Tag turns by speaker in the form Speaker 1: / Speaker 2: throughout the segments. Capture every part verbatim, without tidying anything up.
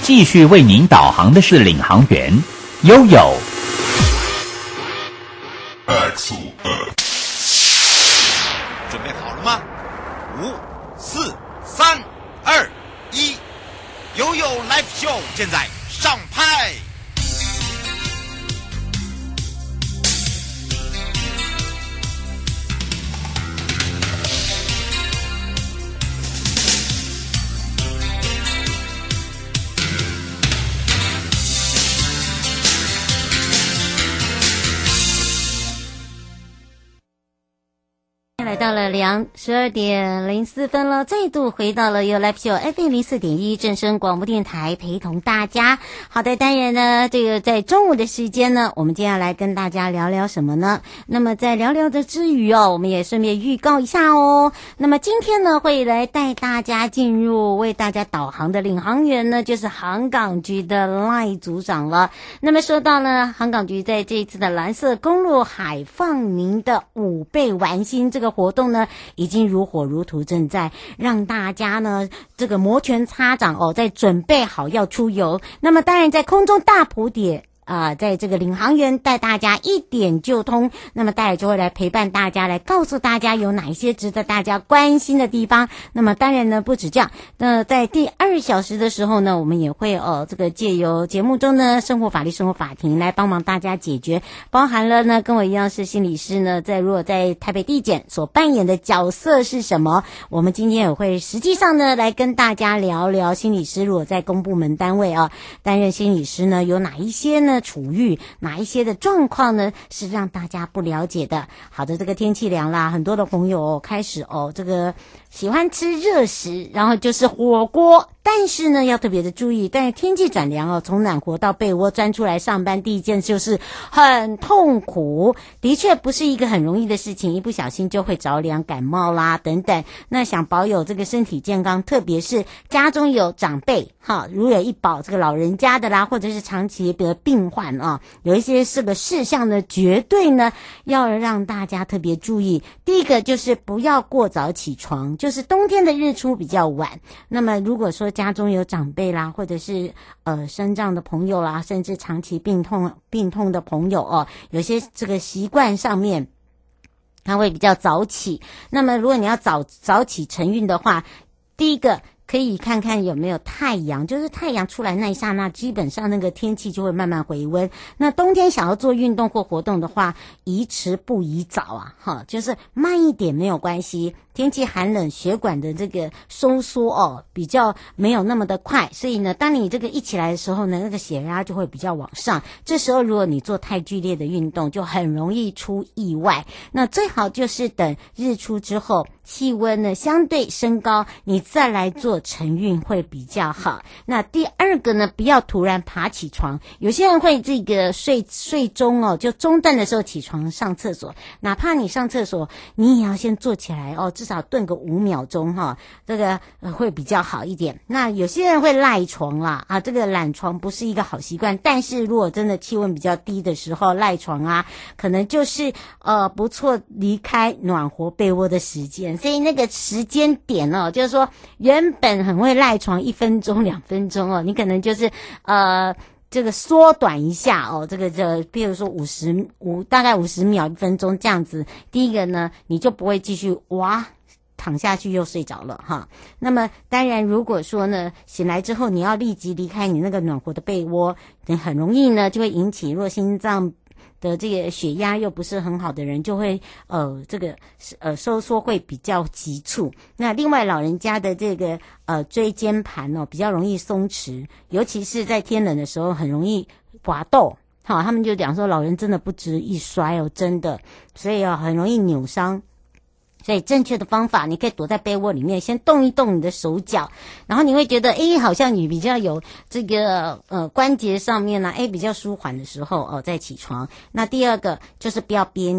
Speaker 1: 继续为您导航的是领航员悠悠。
Speaker 2: 准备好了吗？五、四、三、二、一，悠悠 Live Show 现在上拍。
Speaker 3: 来到了两十二点零四分了，再度回到了有 Live Show F M 零四点一正声广播电台，陪同大家。好的，当然呢，这个在中午的时间呢，我们接下来跟大家聊聊什么呢？那么在聊聊的之余哦，我们也顺便预告一下哦。那么今天呢，会来带大家进入为大家导航的领航员呢，就是航港局的赖组长了。那么说到呢，航港局在这一次的蓝色公路海放明的五倍玩心这个活动呢，已经如火如荼，正在让大家呢这个摩拳擦掌哦，在准备好要出游。那么当然在空中大谱点啊、呃，在这个领航员带大家一点就通，那么待会就会来陪伴大家，来告诉大家有哪一些值得大家关心的地方。那么当然呢，不止这样，那在第二小时的时候呢，我们也会呃这个借由节目中呢生活法律生活法庭来帮忙大家解决，包含了呢跟我一样是心理师呢，在如果在台北地检所扮演的角色是什么，我们今天也会实际上呢来跟大家聊聊心理师如果在公部门单位啊担任心理师呢有哪一些呢处遇哪一些的状况呢是让大家不了解的。好的，这个天气凉啦，很多的朋友、哦、开始哦这个喜欢吃热食，然后就是火锅，但是呢要特别的注意，但是天气转凉哦，从暖和到被窝钻出来上班，第一件就是很痛苦，的确不是一个很容易的事情，一不小心就会着凉感冒啦等等。那想保有这个身体健康，特别是家中有长辈哈，如有一保这个老人家的啦，或者是长期的病患啊，有一些这个事项呢，绝对呢要让大家特别注意。第一个就是不要过早起床，就是冬天的日出比较晚。那么如果说家中有长辈啦，或者是呃身障的朋友啦，甚至长期病痛病痛的朋友哦，有些这个习惯上面他会比较早起。那么如果你要早早起晨运的话，第一个可以看看有没有太阳，就是太阳出来那一刹那，基本上那个天气就会慢慢回温。那冬天想要做运动或活动的话，宜迟不宜早啊，哈，就是慢一点没有关系。天气寒冷，血管的这个收缩哦，比较没有那么的快，所以呢，当你这个一起来的时候呢，那个血压就会比较往上。这时候如果你做太剧烈的运动，就很容易出意外。那最好就是等日出之后，气温呢相对升高，你再来做晨运会比较好。那第二个呢，不要突然爬起床，有些人会这个睡睡中哦，就中断的时候起床上厕所，哪怕你上厕所，你也要先坐起来哦，至少顿个五秒钟哈、哦，这个、呃、会比较好一点。那有些人会赖床啦，啊，这个懒床不是一个好习惯，但是如果真的气温比较低的时候赖床啊，可能就是呃不错离开暖和被窝的时间。所以那个时间点哦，就是说原本很会赖床一分钟两分钟哦，你可能就是呃这个缩短一下哦，这个这比如说五十五大概五十秒一分钟这样子。第一个呢，你就不会继续哇躺下去又睡着了哈。那么当然如果说呢醒来之后你要立即离开你那个暖和的被窝，你很容易呢就会引起若心脏的这个血压又不是很好的人，就会呃这个呃收缩会比较急促。那另外老人家的这个呃椎间盘哦比较容易松弛，尤其是在天冷的时候很容易滑豆。好，他们就讲说老人真的不值一摔哦，真的，所以哦很容易扭伤。所以正确的方法，你可以躲在被窝里面，先动一动你的手脚，然后你会觉得，诶，好像你比较有这个呃关节上面呢、啊，诶，比较舒缓的时候哦，再起床。那第二个就是不要憋尿。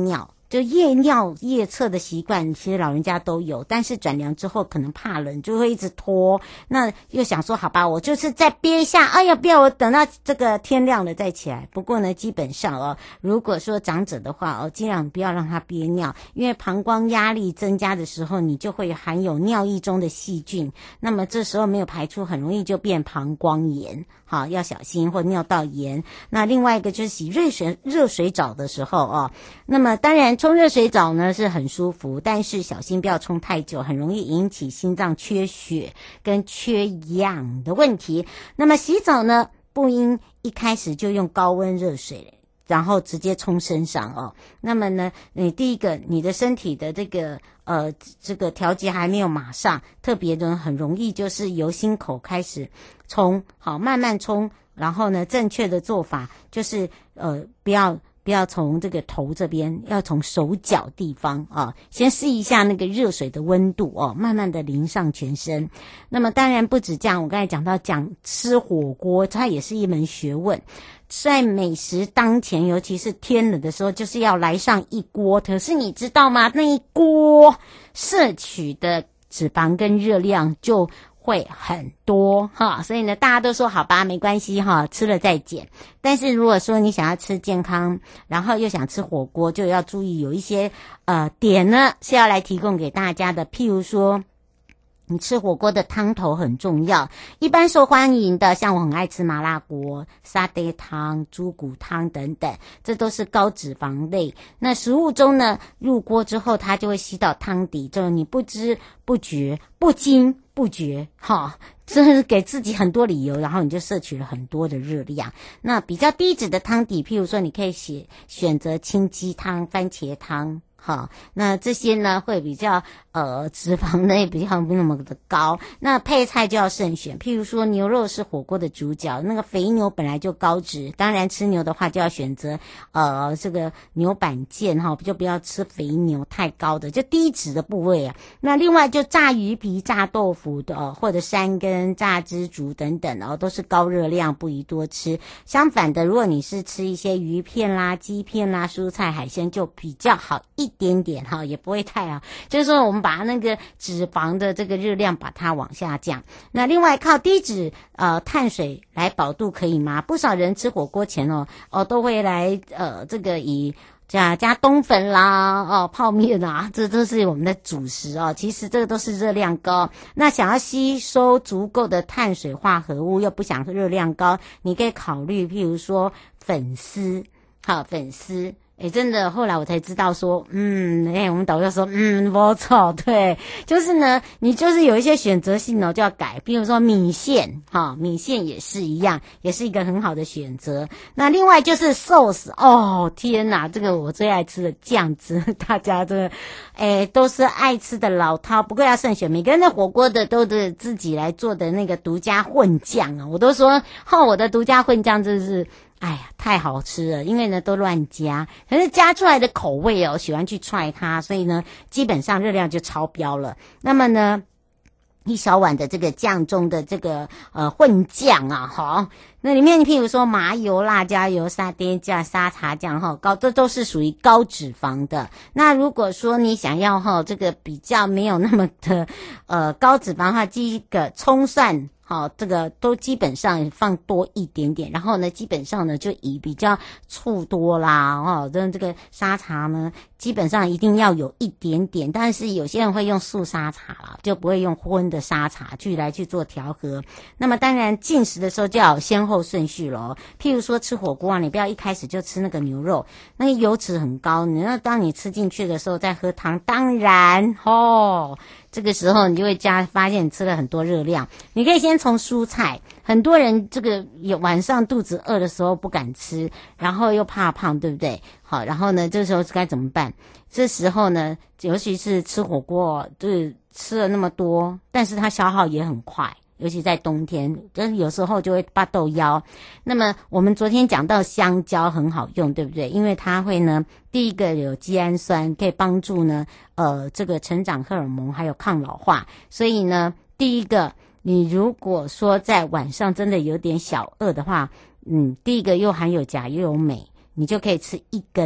Speaker 3: 就夜尿夜厕的习惯，其实老人家都有，但是转凉之后可能怕冷，就会一直拖。那又想说，好吧，我就是再憋一下，哎呀，不要我等到这个天亮了再起来。不过呢，基本上哦，如果说长者的话哦，尽量不要让他憋尿，因为膀胱压力增加的时候，你就会含有尿液中的细菌，那么这时候没有排出，很容易就变膀胱炎。好，要小心，或尿道炎。那另外一个就是洗热水热水澡的时候哦，那么当然冲热水澡呢是很舒服，但是小心不要冲太久，很容易引起心脏缺血跟缺氧的问题。那么洗澡呢，不应一开始就用高温热水，然后直接冲身上哦。那么呢，你第一个，你的身体的这个呃这个调节还没有马上，特别的很容易就是由心口开始冲，好，慢慢冲。然后呢，正确的做法就是呃不要不要从这个头这边，要从手脚地方啊，先试一下那个热水的温度哦，慢慢的淋上全身。那么当然不止这样，我刚才讲到讲吃火锅，它也是一门学问。在美食当前，尤其是天冷的时候，就是要来上一锅。可是你知道吗？那一锅摄取的脂肪跟热量就会很多哈，所以呢，大家都说好吧，没关系哈，吃了再减。但是如果说你想要吃健康，然后又想吃火锅，就要注意有一些呃点呢是要来提供给大家的，譬如说，你吃火锅的汤头很重要，一般受欢迎的，像我很爱吃麻辣锅、沙爹汤、猪骨汤等等，这都是高脂肪类。那食物中呢，入锅之后，它就会吸到汤底，就是你不知不觉、不经不觉，哈，这是给自己很多理由，然后你就摄取了很多的热量。那比较低脂的汤底，譬如说，你可以选选择清鸡汤、番茄汤。好，那这些呢会比较呃脂肪呢也比较不那么的高，那配菜就要慎选，譬如说牛肉是火锅的主角，那个肥牛本来就高脂，当然吃牛的话就要选择呃这个牛板腱哈，就不要吃肥牛太高的，就低脂的部位啊。那另外就炸鱼皮、炸豆腐的、呃、或者山根、炸蜘蛛等等哦，都是高热量，不宜多吃。相反的，如果你是吃一些鱼片啦、鸡片啦、蔬菜海鲜，就比较好一一点点哈，也不会太好，就是说我们把那个脂肪的这个热量把它往下降。那另外靠低脂呃碳水来饱肚可以吗？不少人吃火锅前哦哦都会来呃这个以加加冬粉啦哦泡面啊，这都是我们的主食哦。其实这个都是热量高，那想要吸收足够的碳水化合物又不想热量高，你可以考虑譬如说粉丝，好粉丝。诶，真的，后来我才知道说，嗯，诶，我们导游说，嗯，不错，对，就是呢，你就是有一些选择性哦，就要改，比如说米线，哈，米线也是一样，也是一个很好的选择。那另外就是寿司，哦，天哪，这个我最爱吃的酱汁，大家这个，诶，都是爱吃的老饕，不过要慎选，每个人的火锅的都是自己来做的那个独家混酱啊，我都说，哈，我的独家混酱真是。哎呀，太好吃了！因为呢都乱加，可是加出来的口味哦，喜欢去踹它，所以呢基本上热量就超标了。那么呢，一小碗的这个酱中的这个呃混酱啊，好，那里面譬如说麻油、辣椒油、沙爹酱、沙茶酱哈，高这都是属于高脂肪的。那如果说你想要哈这个比较没有那么的呃高脂肪的话，这个葱蒜。好，这个都基本上放多一点点，然后呢，基本上呢就以比较醋多啦，哦，跟这个沙茶呢，基本上一定要有一点点，但是有些人会用素沙茶啦，就不会用荤的沙茶去来去做调和。那么当然进食的时候就要有先后顺序咯，譬如说吃火锅啊，你不要一开始就吃那个牛肉，那个油脂很高，你要当你吃进去的时候再喝汤，当然哦。这个时候你就会加发现你吃了很多热量，你可以先从蔬菜，很多人这个有晚上肚子饿的时候不敢吃，然后又怕胖，对不对？好，然后呢这时候该怎么办？这时候呢尤其是吃火锅，就是吃了那么多，但是它消耗也很快，尤其在冬天，就是有时候就会发豆腰。那么我们昨天讲到香蕉很好用，对不对？因为它会呢，第一个有肌氨酸，可以帮助呢，呃，这个成长荷尔蒙还有抗老化。所以呢，第一个，你如果说在晚上真的有点小饿的话，嗯，第一个又含有钾又有镁，你就可以吃一根。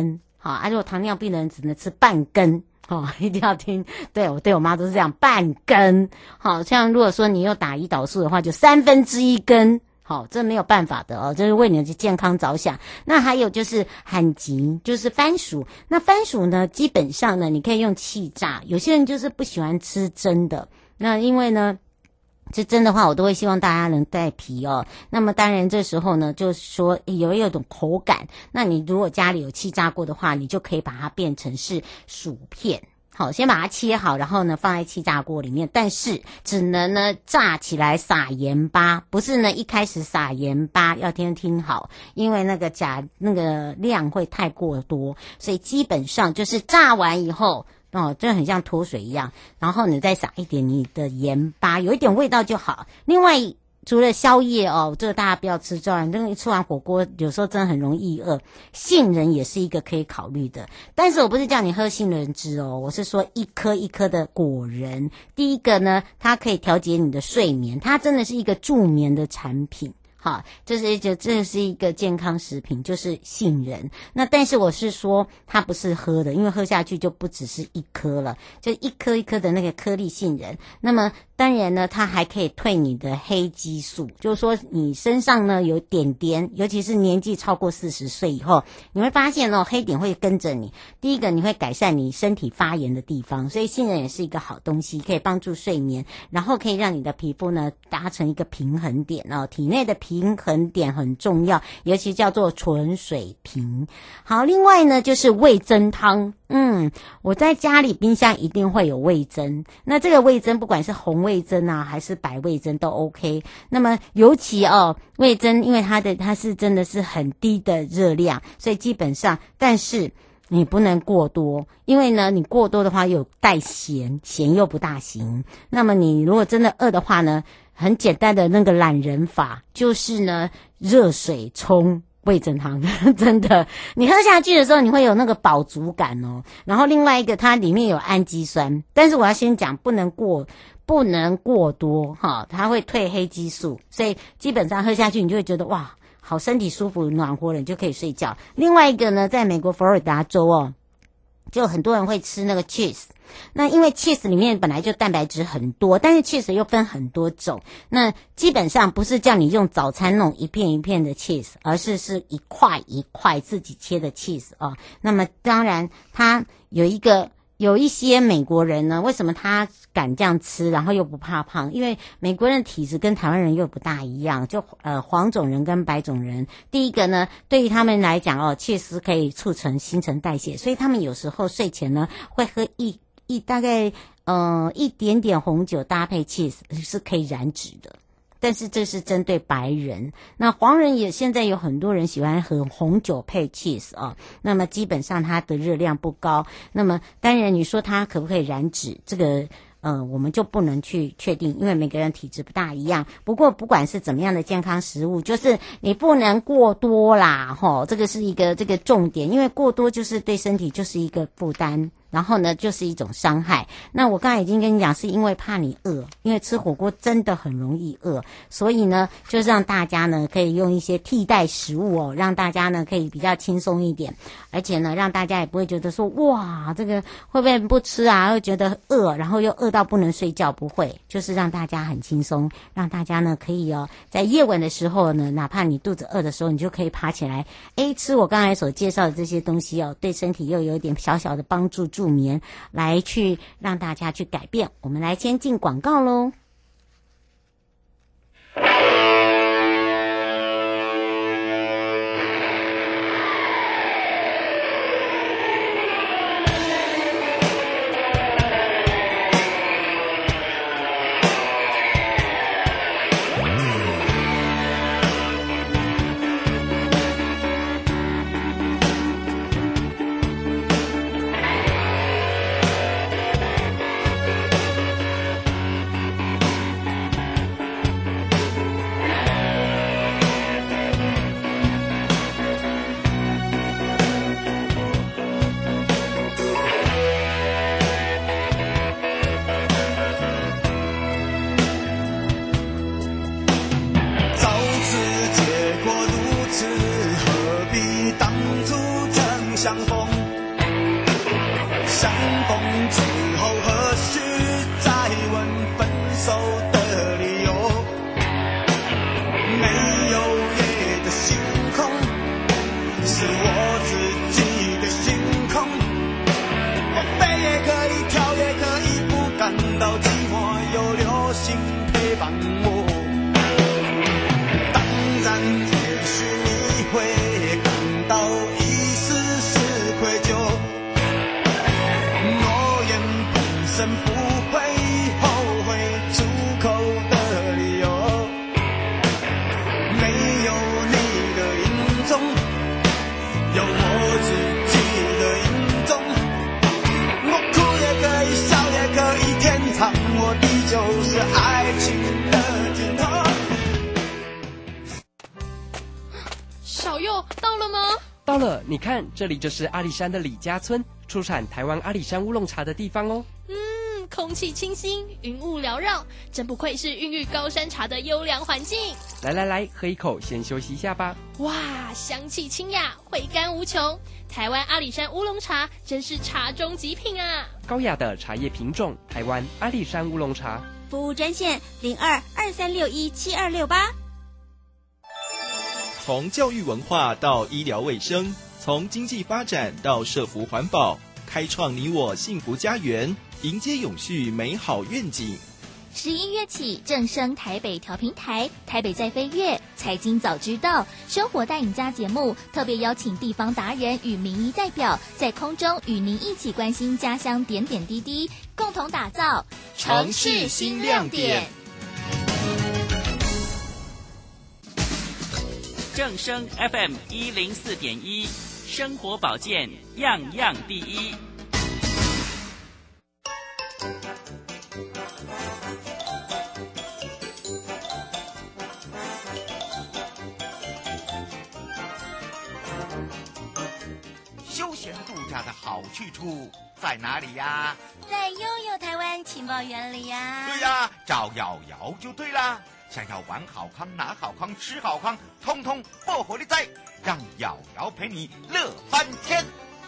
Speaker 3: 好啊，如果糖尿病的人只能吃半根。哦，一定要听，对我对我妈都是这样，半根。好像如果说你又打胰岛素的话，就三分之一根。好，这没有办法的哦，这是为你的健康着想。那还有就是罕吉，就是番薯。那番薯呢，基本上呢，你可以用气炸。有些人就是不喜欢吃蒸的，那因为呢。这蒸的话，我都会希望大家能带皮哦。那么当然这时候呢，就是说有一种口感。那你如果家里有气炸锅的话，你就可以把它变成是薯片。好，先把它切好，然后呢放在气炸锅里面，但是只能呢炸起来撒盐巴，不是呢一开始撒盐巴，要听听好，因为那个钾那个量会太过多，所以基本上就是炸完以后。哦，这很像脱水一样，然后你再撒一点你的盐巴，有一点味道就好。另外，除了宵夜哦，这个大家不要吃之外，那个吃完火锅有时候真的很容易饿。杏仁也是一个可以考虑的，但是我不是叫你喝杏仁汁哦，我是说一颗一颗的果仁。第一个呢，它可以调节你的睡眠，它真的是一个助眠的产品。好，这是一个这是一个健康食品，就是杏仁。那但是我是说它不是喝的，因为喝下去就不只是一颗了，就一颗一颗的那个颗粒杏仁。那么当然呢，它还可以退你的黑激素，就是说你身上呢有点点，尤其是年纪超过四十岁以后，你会发现哦，黑点会跟着你。第一个，你会改善你身体发炎的地方，所以杏仁也是一个好东西，可以帮助睡眠，然后可以让你的皮肤呢达成一个平衡点哦，体内的平衡点很重要，尤其叫做纯水平。好，另外呢就是味噌汤。嗯，我在家里冰箱一定会有味噌，那这个味噌不管是红味噌啊还是白味噌都 OK。那么尤其哦味噌，因为它的它是真的是很低的热量，所以基本上，但是你不能过多，因为呢你过多的话有带咸，咸又不大行。那么你如果真的饿的话呢，很简单的那个懒人法就是呢热水冲味噌汤，真的，你喝下去的时候你会有那个饱足感哦。然后另外一个，它里面有氨基酸，但是我要先讲不能过不能过多哈，它会退黑激素，所以基本上喝下去你就会觉得哇，好身体舒服暖和了，你就可以睡觉。另外一个呢，在美国佛罗里达州哦，就很多人会吃那个 cheese。那因为 cheese 里面本来就蛋白质很多，但是 cheese 又分很多种，那基本上不是叫你用早餐弄一片一片的 cheese， 而是是一块一块自己切的 cheese 哦。那么当然它有一个有一些美国人呢，为什么他敢这样吃，然后又不怕胖？因为美国人的体质跟台湾人又不大一样，就呃黄种人跟白种人。第一个呢，对于他们来讲哦，确实可以促成新陈代谢，所以他们有时候睡前呢会喝一一大概呃一点点红酒搭配 cheese 是可以燃脂的。但是这是针对白人，那黄人也现在有很多人喜欢喝红酒配 cheese 啊，那么基本上它的热量不高。那么当然你说它可不可以燃脂，这个呃我们就不能去确定，因为每个人体质不大一样。不过不管是怎么样的健康食物，就是你不能过多啦，吼，这个是一个这个重点，因为过多就是对身体就是一个负担。然后呢，就是一种伤害。那我刚才已经跟你讲，是因为怕你饿，因为吃火锅真的很容易饿，所以呢，就是让大家呢可以用一些替代食物哦，让大家呢可以比较轻松一点，而且呢，让大家也不会觉得说哇，这个会不会不吃啊，会觉得饿，然后又饿到不能睡觉，不会，就是让大家很轻松，让大家呢可以哦，在夜晚的时候呢，哪怕你肚子饿的时候，你就可以爬起来，诶，吃我刚才所介绍的这些东西哦，对身体又有一点小小的帮助。助眠来去让大家去改变。我们来先进广告咯。
Speaker 4: 相逢之后何须再问分手的理由，没有夜的星空是我自己的星空，我飞也可以，跳也可以，不感到寂寞，有流星陪伴我。当然也许你会感到一丝丝愧疚，诺言本身不会后悔出口的理由，没有你的影踪，有我自己的影踪，我哭也可以，笑也可以，天堂我的就是爱情的尽头。
Speaker 5: 小佑到了吗？
Speaker 6: 到了，你看，这里就是阿里山的李家村，出产台湾阿里山乌龙茶的地方哦。
Speaker 5: 嗯，空气清新，云雾缭绕，真不愧是孕育高山茶的优良环境。
Speaker 6: 来来来，喝一口，先休息一下吧。
Speaker 5: 哇，香气清雅，回甘无穷。台湾阿里山乌龙茶真是茶中极品啊！
Speaker 6: 高雅的茶叶品种，台湾阿里山乌龙茶。
Speaker 7: 服务专线零二二三六一七二六八。
Speaker 8: 从教育文化到医疗卫生，从经济发展到社福环保，开创你我幸福家园，迎接永续美好愿景。
Speaker 9: 十一月起正升台北调频台，台北在飞跃，财经早知道，生活带引家节目特别邀请地方达人与民意代表，在空中与您一起关心家乡点点滴滴，共同打造
Speaker 8: 城市新亮点。
Speaker 10: 正声 F M 一零四点一，生活保健样样第一。
Speaker 2: 休闲度假的好去处在哪里呀？
Speaker 7: 在悠悠台湾情报园里呀。
Speaker 2: 对呀，找瑶瑶就对啦。想要玩好康、拿好康、吃好康，通通爆火力在，让瑶瑶陪你乐翻天。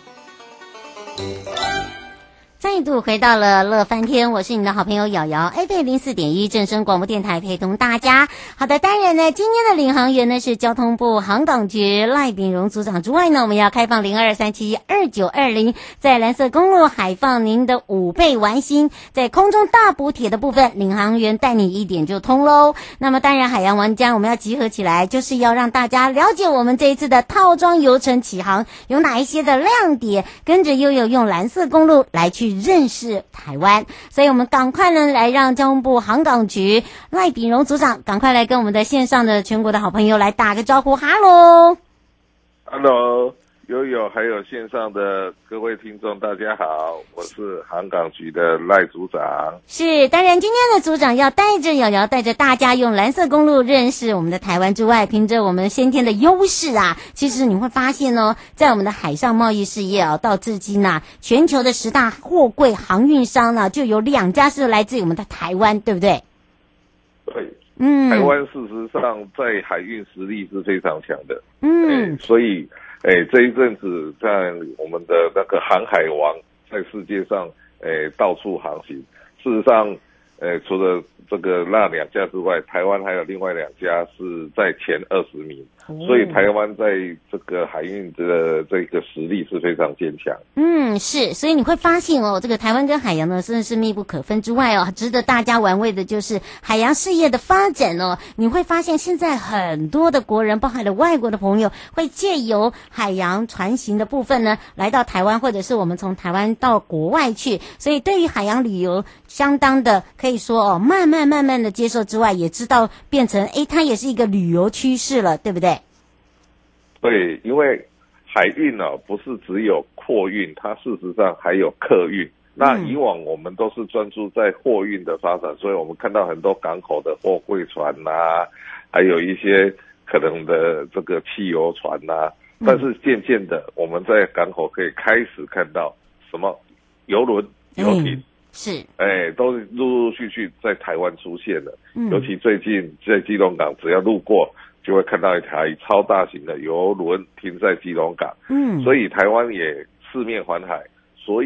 Speaker 3: 再度回到了乐翻天，我是你的好朋友瑶瑶 ，F M 零四点一正声广播电台，陪同大家。好的，当然呢，今天的领航员呢是交通部航港局赖炳荣组长之外呢，我们要开放零二三七二九二零，在蓝色公路海放您的五倍完薪，在空中大补帖的部分，领航员带你一点就通喽。那么当然，海洋玩家我们要集合起来，就是要让大家了解我们这一次的套装游程启航有哪一些的亮点，跟着悠悠用蓝色公路来去认识台湾，所以我们赶快呢来让交通部航港局赖炳荣组长赶快来跟我们的线上的全国的好朋友来打个招呼。哈喽，
Speaker 11: 哈喽，悠悠还有线上的各位听众，大家好，我是航港局的赖组长。
Speaker 3: 是，当然今天的组长要带着瑶瑶，带着大家用蓝色公路认识我们的台湾之外，凭着我们先天的优势啊，其实你会发现哦，在我们的海上贸易事业啊，到至今啊，全球的十大货柜航运商呢，就有两家是来自于我们的台湾，对不对？
Speaker 11: 对，
Speaker 3: 嗯，
Speaker 11: 台湾事实上在海运实力是非常强的，
Speaker 3: 嗯，
Speaker 11: 欸、所以。哎，这一阵子在我们的那个航海王在世界上，哎，到处航行。事实上，呃，除了这个那两家之外，台湾还有另外两家是在前二十名，哦、所以台湾在这个海运的这个实力是非常坚强。
Speaker 3: 嗯，是，所以你会发现哦，这个台湾跟海洋呢真的是密不可分之外哦，值得大家玩味的就是海洋事业的发展哦。你会发现现在很多的国人，包含了外国的朋友，会借由海洋船行的部分呢，来到台湾，或者是我们从台湾到国外去，所以对于海洋旅游相当的可以说哦，慢慢慢慢的接受之外，也知道变成诶，它也是一个旅游趋势了，对不对？
Speaker 11: 对，因为海运呢、啊、不是只有货运，它事实上还有客运。那以往我们都是专注在货运的发展，所以我们看到很多港口的货柜船啊，还有一些可能的这个汽油船啊。但是渐渐的，我们在港口可以开始看到什么邮轮、游艇。嗯
Speaker 3: 是，
Speaker 11: 哎，都陆陆续续在台湾出现了。嗯，尤其最近在基隆港，只要路过，就会看到一台超大型的邮轮停在基隆港。嗯，所以台湾也四面环海，所以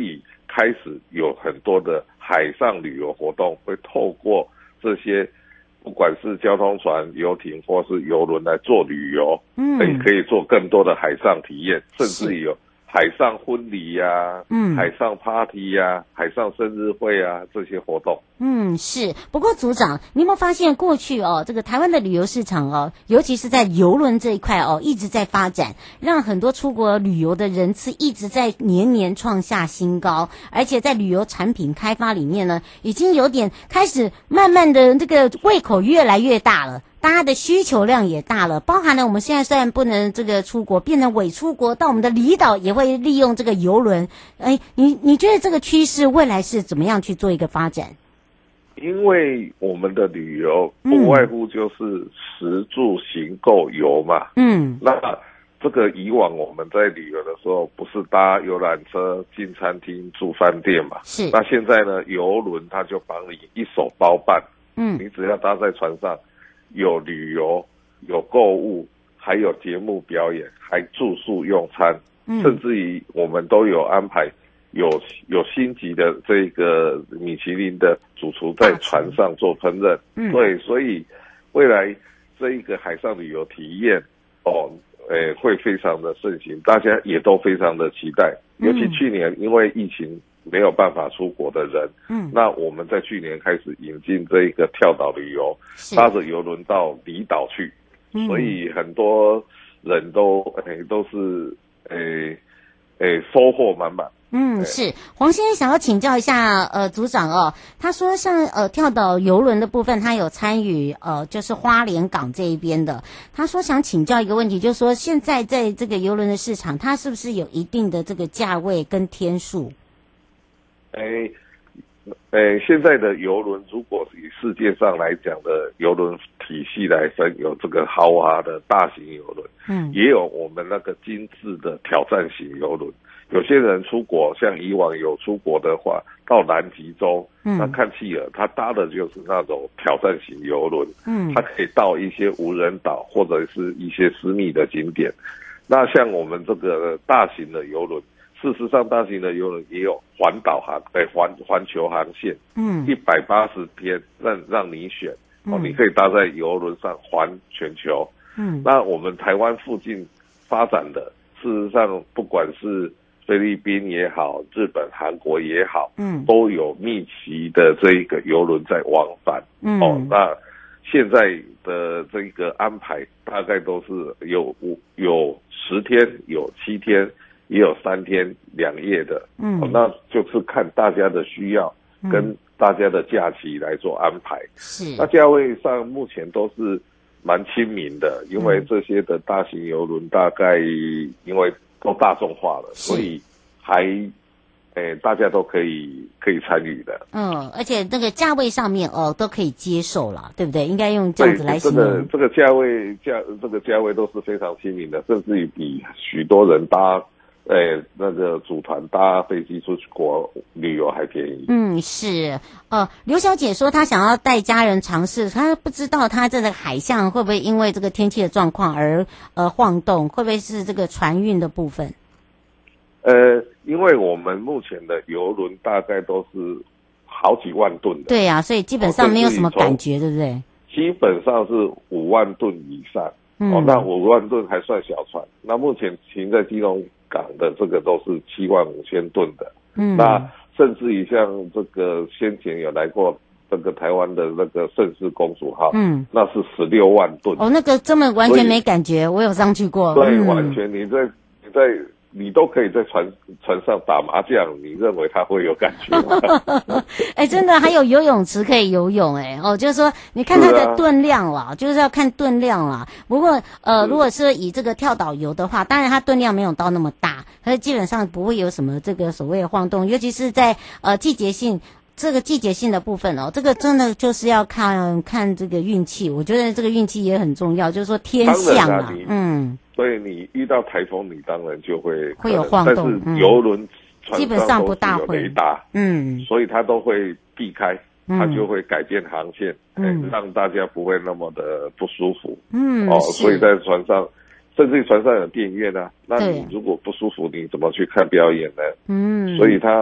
Speaker 11: 开始有很多的海上旅游活动，会透过这些不管是交通船、游艇或是游轮来做旅游，嗯，可以可以做更多的海上体验，甚至有海上婚礼呀、啊，嗯，海上 party 呀、啊，海上生日会啊这些活动。
Speaker 3: 嗯，是。不过组长，你有没有发现过去哦，这个台湾的旅游市场哦，尤其是在邮轮这一块哦，一直在发展，让很多出国旅游的人次一直在年年创下新高，而且在旅游产品开发里面呢，已经有点开始慢慢的这个胃口越来越大了。大家的需求量也大了，包含了我们现在虽然不能这个出国，变成伪出国，到我们的离岛也会利用这个邮轮。哎，你你觉得这个趋势未来是怎么样去做一个发展？
Speaker 11: 因为我们的旅游不外乎就是食住行购游嘛，嗯，那这个以往我们在旅游的时候，不是搭游览车、进餐厅、住饭店嘛，是。那现在呢，邮轮它就帮你一手包办，嗯，你只要搭在船上。有旅游，有购物，还有节目表演，还住宿用餐，嗯、甚至于我们都有安排有有星级的这个米其林的主厨在船上做烹饪，嗯，对，所以未来这一个海上旅游体验哦，诶、呃，会非常的盛行，大家也都非常的期待，尤其去年因为疫情。没有办法出国的人，嗯，那我们在去年开始引进这一个跳岛旅游，搭着邮轮到离岛去，嗯、所以很多人都诶都是诶诶收获满满。
Speaker 3: 嗯，是黄先生想要请教一下呃组长哦，他说像呃跳岛邮轮的部分，他有参与呃就是花莲港这一边的，他说想请教一个问题，就是说现在在这个邮轮的市场，它是不是有一定的这个价位跟天数？
Speaker 11: 诶，诶，现在的邮轮，如果以世界上来讲的邮轮体系来分，有这个豪华的大型邮轮，嗯，也有我们那个精致的挑战型邮轮。有些人出国，像以往有出国的话，到南极洲，嗯，那看企鹅，他搭的就是那种挑战型邮轮，嗯，他可以到一些无人岛或者是一些私密的景点。那像我们这个大型的邮轮。事实上，大型的邮轮也有环岛航，哎，环环球航线，嗯，一百八十天让让你选，哦，嗯、你可以搭在邮轮上环全球，嗯，那我们台湾附近发展的，事实上不管是菲律宾也好，日本、韩国也好，嗯，都有密集的这一个邮轮在往返，嗯，哦，那现在的这个安排大概都是有五有十天，有七天。也有三天两夜的，嗯、哦，那就是看大家的需要跟大家的假期来做安排。是，那价位上目前都是蛮亲民的，因为这些的大型邮轮大概因为都大众化了，所以还，诶、欸，大家都可以可以参与的。
Speaker 3: 嗯，而且那个价位上面哦都可以接受了，对不对？应该用这样子来形容。
Speaker 11: 这个这个价位价这个价位都是非常亲民的，甚至于比许多人搭。哎，那个组团搭飞机出去国旅游还便宜。
Speaker 3: 嗯，是。呃，刘小姐说她想要带家人尝试，她不知道她这个海象会不会因为这个天气的状况而呃晃动，会不会是这个船运的部分？
Speaker 11: 呃，因为我们目前的邮轮大概都是好几万吨的。
Speaker 3: 对啊，所以基本上没有什么感觉，对不对？
Speaker 11: 基本上是五万吨以上。嗯、哦，那五万吨还算小船。那目前停在基隆港的这个都是七万五千吨的。嗯，那甚至于像这个先前有来过这个台湾的那个盛世公主号，嗯，那是十六万吨。
Speaker 3: 哦，那个根本完全没感觉，我有上去过。
Speaker 11: 对，
Speaker 3: 嗯、
Speaker 11: 完全你在你在你都可以在船船上打麻将，你认为它会有感觉吗？
Speaker 3: 哎、欸，真的还有游泳池可以游泳、欸，哎，哦，就是说你看它的吨量啦，是啊、就是要看吨量啦。不过呃，如果是以这个跳岛游的话，当然它吨量没有到那么大，它基本上不会有什么这个所谓的晃动，尤其是在呃季节性。这个季节性的部分哦，这个真的就是要看看这个运气，我觉得这个运气也很重要，就是说天象啊，嗯，
Speaker 11: 所以你遇到台风，你当然就会
Speaker 3: 会有晃动，
Speaker 11: 但是邮轮船
Speaker 3: 基本上不大会
Speaker 11: 雷达，嗯，所以它都会避开，它就会改变航线，嗯，欸、让大家不会那么的不舒服，嗯，哦，所以在船上。甚至船上有电影院啊，那你如果不舒服，你怎么去看表演呢？嗯，所以它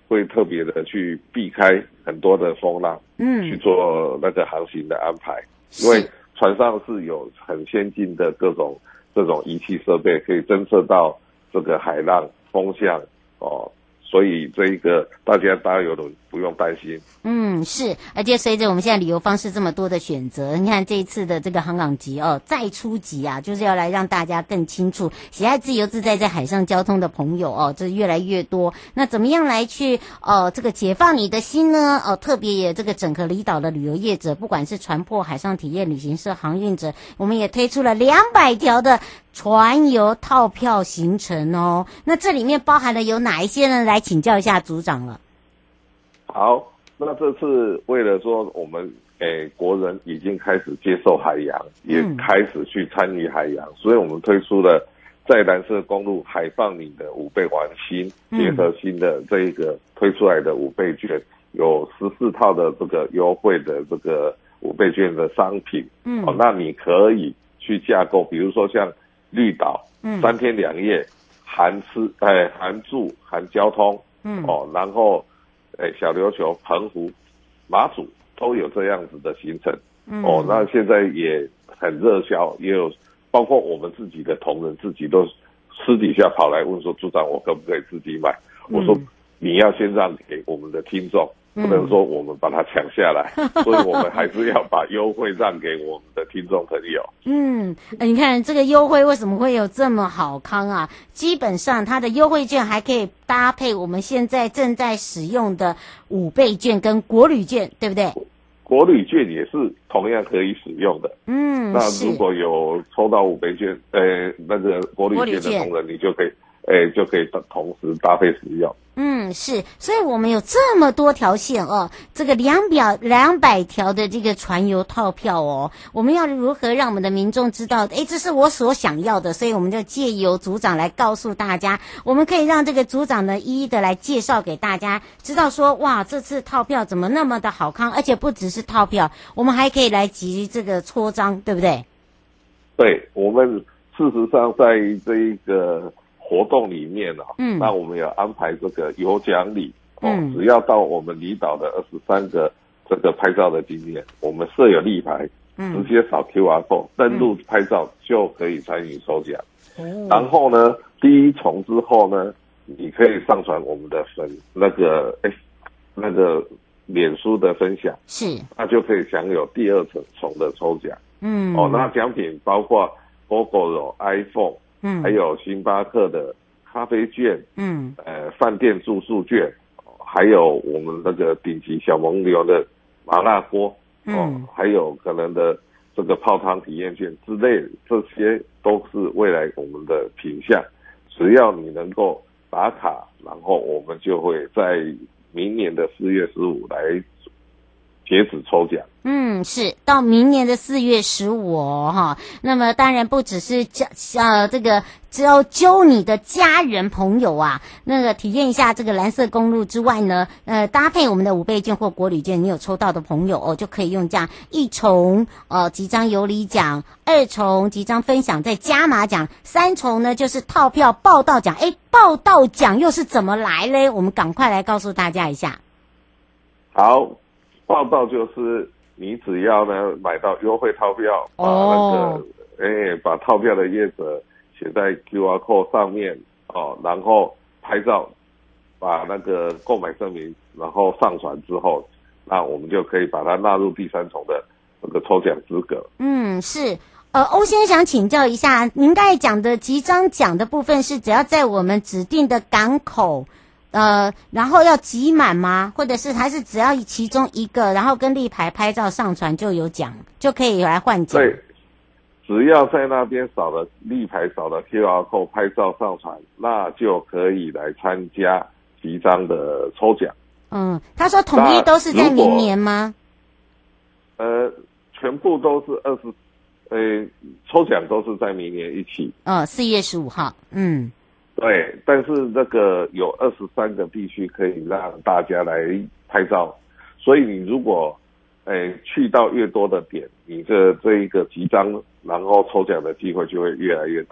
Speaker 11: 会特别的去避开很多的风浪，
Speaker 3: 嗯，
Speaker 11: 去做那个航行的安排，因为船上是有很先进的各种这种仪器设备，可以侦测到这个海浪、风向哦。所以这一个大家大家有的不用担心。
Speaker 3: 嗯，是，而且随着我们现在旅游方式这么多的选择，你看这一次的这个航港集哦，再出集啊，就是要来让大家更清楚，喜爱自由自在在海上交通的朋友哦，这越来越多。那怎么样来去哦这个解放你的心呢？哦，特别也这个整个离岛的旅游业者，不管是船舶、海上体验旅行社、航运者，我们也推出了两百条的船游套票行程哦。那这里面包含了有哪一些呢？来请教一下组长了。
Speaker 11: 好，那这次为了说我们诶国人已经开始接受海洋，也开始去参与海洋，所以我们推出了在蓝色公路海放你的五倍还新，结合新的这一个推出来的五倍券，有十四套的这个优惠的这个五倍券的商品。嗯，哦，那你可以去架构，比如说像绿岛，嗯，三天两夜，含吃，哎，含住，含交通，嗯，哦，然后，哎，小琉球、澎湖、马祖都有这样子的行程，嗯，哦，那现在也很热销，也有包括我们自己的同仁自己都私底下跑来问说，组长，我可不可以自己买？嗯，我说你要先让给我们的听众。不能说我们把它抢下来，嗯，所以我们还是要把优惠让给我们的听众朋友。
Speaker 3: 嗯，你看这个优惠为什么会有这么好康啊？基本上它的优惠券还可以搭配我们现在正在使用的五倍券跟国旅券，对不对？
Speaker 11: 国旅券也是同样可以使用的。嗯，那如果有抽到五倍券，呃，那个国旅券的同仁，你就可以，呃，就可以同时搭配使用。
Speaker 3: 嗯，是，所以我们有这么多条线哦，这个两表两百条的这个船游套票哦，我们要如何让我们的民众知道？诶，这是我所想要的，所以我们就借由组长来告诉大家，我们可以让这个组长呢一一的来介绍给大家，知道说哇，这次套票怎么那么的好康，而且不只是套票，我们还可以来集这个戳章，对不对？
Speaker 11: 对，我们事实上在这一个活动里面啊，嗯，那我们有安排这个有奖礼哦，嗯，只要到我们离岛的二十三个这个拍照的景点，我们设有立牌，嗯，直接扫 Q R code 登录拍照就可以参与抽奖。嗯，然后呢，第一重之后呢，你可以上传我们的粉那个哎那个脸书的分享，是，那就可以享有第二重重的抽奖。嗯，哦，那奖品包括 Gogoro、iPhone。嗯，还有星巴克的咖啡券，嗯，呃，饭店住宿券，还有我们那个顶级小蒙牛的麻辣锅，哦，嗯，还有可能的这个泡汤体验券之类的，这些都是未来我们的品项。只要你能够打卡，然后我们就会在明年的四月十五来截止抽奖。
Speaker 3: 嗯，是到明年的四月十五哦，哈。那么当然不只是交呃这个只要揪你的家人朋友啊，那个体验一下这个蓝色公路之外呢，呃搭配我们的五倍券或国旅券，你有抽到的朋友哦，就可以用这样一重呃集章有礼奖，二重集章分享再加码奖，三重呢就是套票报到奖。诶，报到奖又是怎么来嘞？我们赶快来告诉大家一下。
Speaker 11: 好，报到就是你只要呢买到优惠套票，把那个哎、欸、把套票的页者写在 Q R code 上面哦，然后拍照，把那个购买证明然后上传之后，那我们就可以把它纳入第三重的这个抽奖资格。
Speaker 3: 嗯，是。呃，欧先想请教一下，您刚才讲的集章奖的部分是只要在我们指定的港口。呃，然后要集满吗？或者是还是只要其中一个，然后跟立牌拍照上传就有奖，就可以来换奖？
Speaker 11: 对，只要在那边扫了立牌、扫了 Q R code 拍照上传，那就可以来参加集章的抽奖。
Speaker 3: 嗯，他说统一都是在明年吗？
Speaker 11: 呃，全部都是二十，呃，抽奖都是在明年一起。
Speaker 3: 哦，四月十五号。嗯。
Speaker 11: 对，但是这个有二十三个地区可以让大家来拍照，所以你如果诶去到越多的点，你的这一个集章，然后抽奖的机会就会越来越大。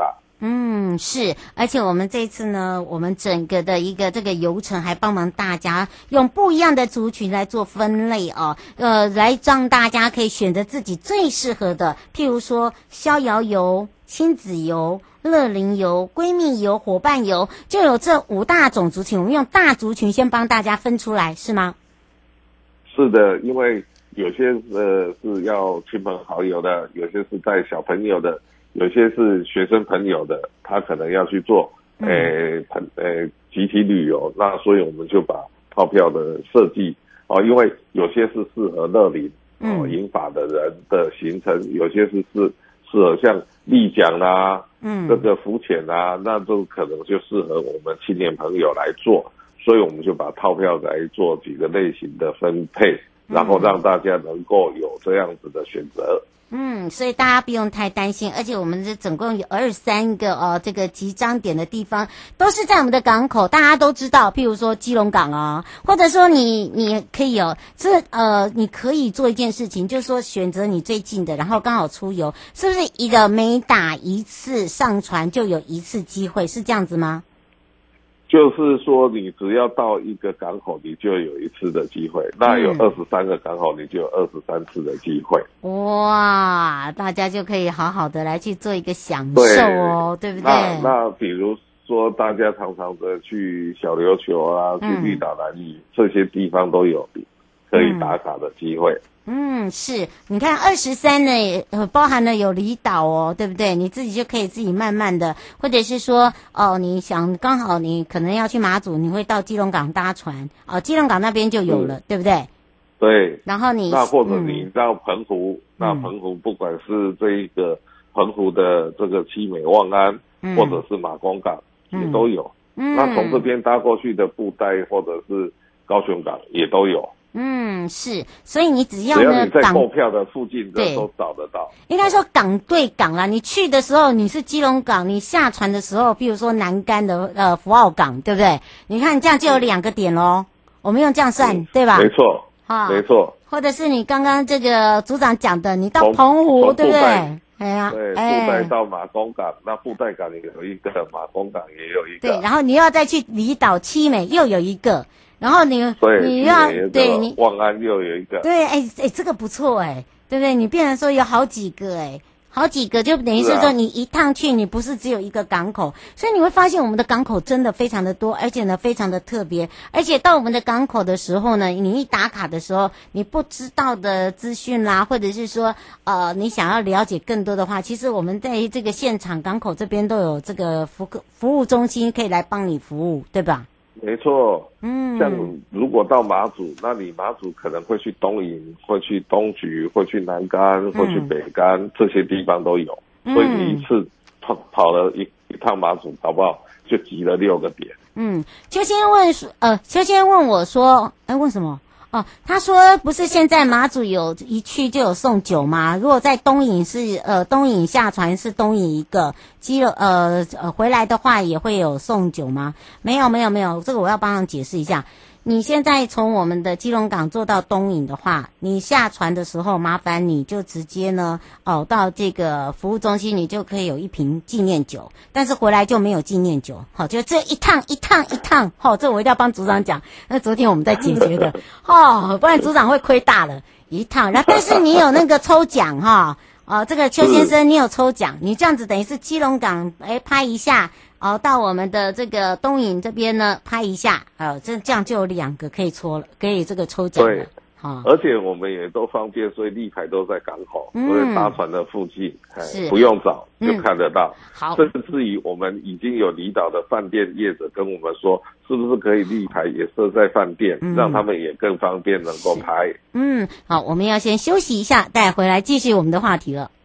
Speaker 3: 嗯，是，而且我们这次呢，我们整个的一个这个游程还帮忙大家用不一样的族群来做分类哦，呃，来让大家可以选择自己最适合的，譬如说逍遥游、亲子游、乐龄游、闺蜜游、伙伴游，就有这五大种族群。我们用大族群先帮大家分出来，是吗？
Speaker 11: 是的，因为有些呃是要亲朋好友的，有些是带小朋友的，有些是学生朋友的，他可能要去做诶朋诶集体旅游，那所以我们就把套票的设计哦，因为有些是适合乐龄哦银发的人的行程，有些是是适合像丽江啦，嗯，这个浮潜啊，那都可能就适合我们青年朋友来做，所以我们就把套票来做几个类型的分配，然后让大家能够有这样子的选择。
Speaker 3: 嗯，所以大家不用太担心，而且我们这总共有二十三个哦，这个集章点的地方都是在我们的港口，大家都知道，譬如说基隆港啊，或者说你你可以有这呃，你可以做一件事情，就是说选择你最近的，然后刚好出游，是不是一个每打一次上船就有一次机会，是这样子吗？
Speaker 11: 就是说，你只要到一个港口，你就有一次的机会。那有二十三个港口，你就有二十三次的机会。
Speaker 3: 哇，大家就可以好好的来去做一个享受哦， 对, 对不对？
Speaker 11: 那那比如说，大家常常的去小琉球啊，去绿岛南屿、嗯、这些地方都有可以打卡的机会。
Speaker 3: 嗯，是，你看二十三呢，呃，包含了有离岛哦，对不对？你自己就可以自己慢慢的，或者是说，哦，你想刚好你可能要去马祖，你会到基隆港搭船，哦，基隆港那边就有了，对不对？
Speaker 11: 对。
Speaker 3: 然后你
Speaker 11: 那或者你到澎湖，嗯、那澎湖不管是这一个澎湖的这个七美望安，嗯、或者是马公港、嗯、也都有。嗯。那从这边搭过去的布袋或者是高雄港也都有。
Speaker 3: 嗯，是，所以你只要呢，
Speaker 11: 只要你在购票的附近的都找得到。
Speaker 3: 应该说港对港啦，你去的时候你是基隆港，你下船的时候，比如说南竿的呃福澳港，对不对？你看这样就有两个点咯，我们用这样算，嗯、对吧？
Speaker 11: 没错，啊，没错。
Speaker 3: 或者是你刚刚这个组长讲的，你到澎湖，对不对？哎呀，
Speaker 11: 对，布袋到马公港，那布袋港也有一个，马公港也有一个。
Speaker 3: 对，然后你要再去离岛七美，又有一个。然后你你要对你
Speaker 11: 望安又有一个
Speaker 3: 对哎哎这个不错哎，对不对？你变成说有好几个哎，好几个就等于是说你一趟去，你不是只有一个港口，所以你会发现我们的港口真的非常的多，而且呢非常的特别。而且到我们的港口的时候呢，你一打卡的时候，你不知道的资讯啦，或者是说呃你想要了解更多的话，其实我们在这个现场港口这边都有这个服服务中心可以来帮你服务，对吧？
Speaker 11: 没错，嗯，像如果到马祖，那你马祖可能会去东引，会去东莒，会去南竿，会去北竿，嗯、这些地方都有，嗯、所以你一次跑跑了一一趟马祖，搞不好就集了六个点。
Speaker 3: 嗯，邱先生问说，呃，邱先生问我说，哎，问什么？哦，他说不是现在马祖有一去就有送酒吗？如果在东引是呃东引下船是东引一个，基隆呃呃回来的话也会有送酒吗？没有没有没有，这个我要帮忙解释一下。你现在从我们的基隆港坐到东引的话，你下船的时候，麻烦你就直接呢，哦，到这个服务中心，你就可以有一瓶纪念酒，但是回来就没有纪念酒，好，就这一趟一趟一趟，好，这我一定要帮组长讲，那昨天我们在解决的，哦，不然组长会亏大了，一趟，然后但是你有那个抽奖哈，哦，这个邱先生你有抽奖，你这样子等于是基隆港哎拍一下。哦，到我们的这个东引这边呢，拍一下，呃，这这样就有两个可以抽了，可以这个抽奖了。
Speaker 11: 对，啊，而且我们也都方便，所以立牌都在港口，嗯、所以搭船的附近，是不用找就看得到。
Speaker 3: 嗯、好，
Speaker 11: 甚至于我们已经有离岛的饭店业者跟我们说，是不是可以立牌也设在饭店，嗯、让他们也更方便能够拍。
Speaker 3: 嗯，好，我们要先休息一下，待回来继续我们的话题了。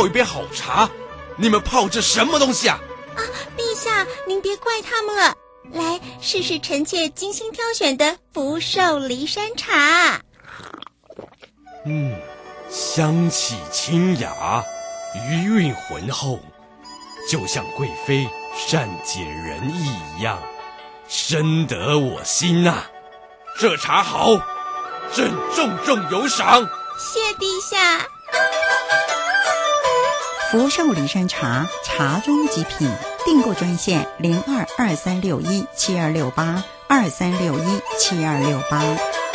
Speaker 12: 泡一杯好茶，你们泡这什么东西啊？
Speaker 7: 啊，陛下，您别怪他们了。来，试试臣妾精心挑选的福寿梨山茶。
Speaker 12: 嗯，香气清雅，余韵浑厚，就像贵妃善解人意一样，深得我心呐、啊。这茶好，朕重重有赏。
Speaker 7: 谢陛下。
Speaker 13: 福寿梨山茶，茶中极品。订购专线零二二三六一七二六八二三六一七二六八。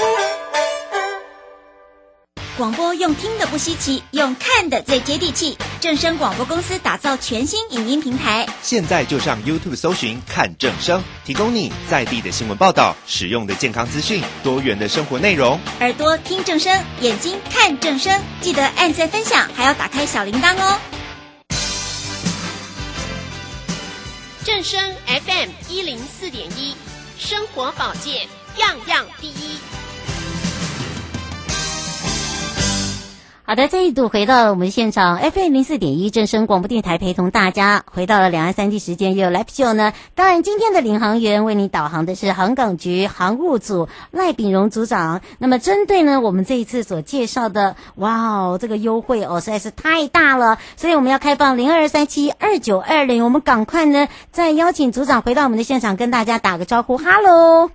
Speaker 7: 广播用听的不稀奇，用看的最接地气。正声广播公司打造全新影音平台，
Speaker 14: 现在就上 YouTube 搜寻看正声，提供你在地的新闻报道、实用的健康资讯、多元的生活内容。
Speaker 7: 耳朵听正声，眼睛看正声，记得按赞分享，还要打开小铃铛哦。
Speaker 5: 正声 F M 一零四点一，生活保健样样第一。
Speaker 3: 好的，再一度回到了我们现场 F M 零四点一正声广播电台，陪同大家回到了两岸三地时间，也有 Live Show 呢。当然，今天的领航员为你导航的是航港局航务组赖炳荣组长。那么，针对呢我们这一次所介绍的，哇哦，这个优惠哦实在是太大了，所以我们要开放零二三七二九二零，我们赶快呢再邀请组长回到我们的现场，跟大家打个招呼。Hello，Hello，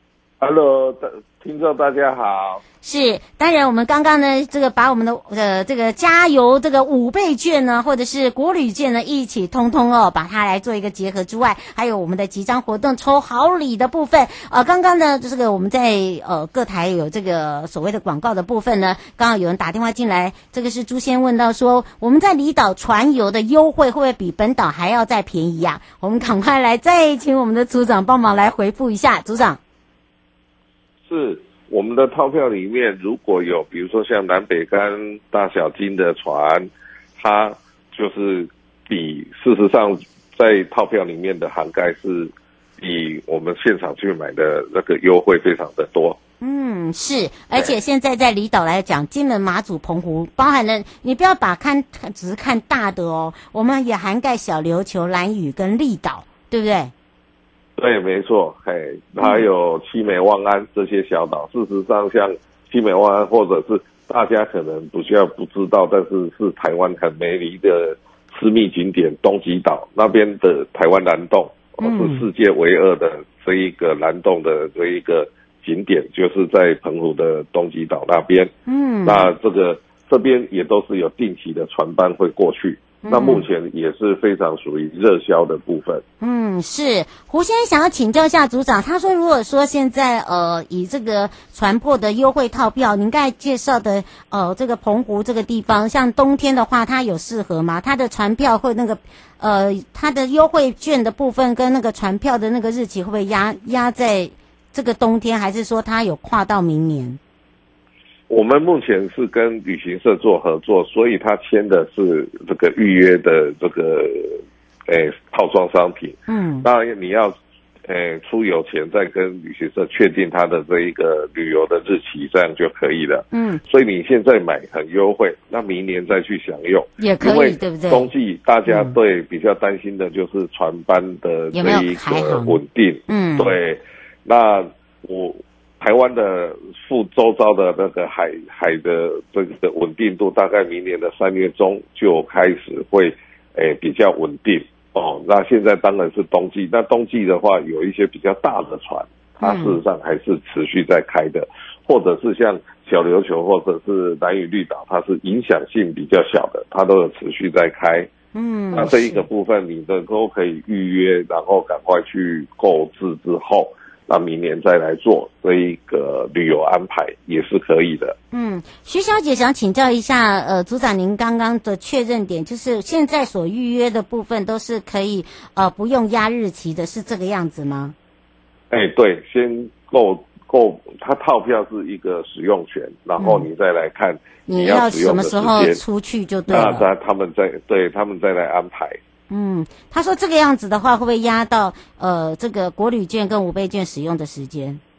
Speaker 11: Hello, 听众大家好。
Speaker 3: 是，当然我们刚刚呢，这个把我们的呃这个加油这个五倍券呢，或者是国旅券呢，一起通通哦，把它来做一个结合之外，还有我们的集章活动抽好礼的部分。呃，刚刚呢，这个我们在呃各台有这个所谓的广告的部分呢，刚刚有人打电话进来，这个是朱先问到说，我们在离岛船游的优惠会不会比本岛还要再便宜啊？我们赶快来再请我们的组长帮忙来回复一下，组长。
Speaker 11: 是。我们的套票里面，如果有比如说像南北干、大小金的船，它就是比事实上在套票里面的涵盖是比我们现场去买的那个优惠非常的多。
Speaker 3: 嗯，是，而且现在在离岛来讲，金门、马祖、澎湖，包含了你不要把看只是看大的哦，我们也涵盖小琉球、兰屿跟绿岛，对不对？
Speaker 11: 对，没错，嘿，还有七美、望安这些小岛。事实上，像七美、望安，或者是大家可能不需要不知道，但是是台湾很美丽的私密景点东极岛那边的台湾蓝洞，嗯、是世界唯二的这一个蓝洞的这一个景点，就是在澎湖的东极岛那边。嗯，那这个这边也都是有定期的船班会过去。那目前也是非常属于热销的部分。
Speaker 3: 嗯，是胡先生想要请教一下组长，他说如果说现在呃以这个船舶的优惠套票，您刚才介绍的呃这个澎湖这个地方，像冬天的话，它有适合吗？它的船票会那个呃它的优惠券的部分跟那个船票的那个日期会不会压压在这个冬天，还是说它有跨到明年？
Speaker 11: 我们目前是跟旅行社做合作，所以他签的是这个预约的这个诶套装商品。嗯，当然你要诶出游前再跟旅行社确定他的这一个旅游的日期，这样就可以了。嗯，所以你现在买很优惠，那明年再去享用
Speaker 3: 也可以，
Speaker 11: 因为
Speaker 3: 对不对？
Speaker 11: 冬季大家对比较担心的就是船班的这一个稳定。嗯，对，那我。台湾的附周遭的那个海海的这个稳定度，大概明年的三月中就开始会诶比较稳定哦。那现在当然是冬季，那冬季的话，有一些比较大的船，它事实上还是持续在开的，嗯、或者是像小琉球或者是兰屿绿岛，它是影响性比较小的，它都有持续在开。嗯，那这一个部分你能够可以预约，然后赶快去购置之后。那明年再来做这一个旅游安排也是可以的。
Speaker 3: 嗯，徐小姐想请教一下，呃，组长您刚刚的确认点，就是现在所预约的部分都是可以呃不用压日期的，是这个样子吗？
Speaker 11: 哎，对，先购购，它套票是一个使用权，然后你再来看你要使用的时间，
Speaker 3: 你要什么时候出去就对了。
Speaker 11: 那他们再对他们再来安排。
Speaker 3: 嗯，他说这个样子的话，会不会压到呃这个国旅券跟五倍券使用的时间？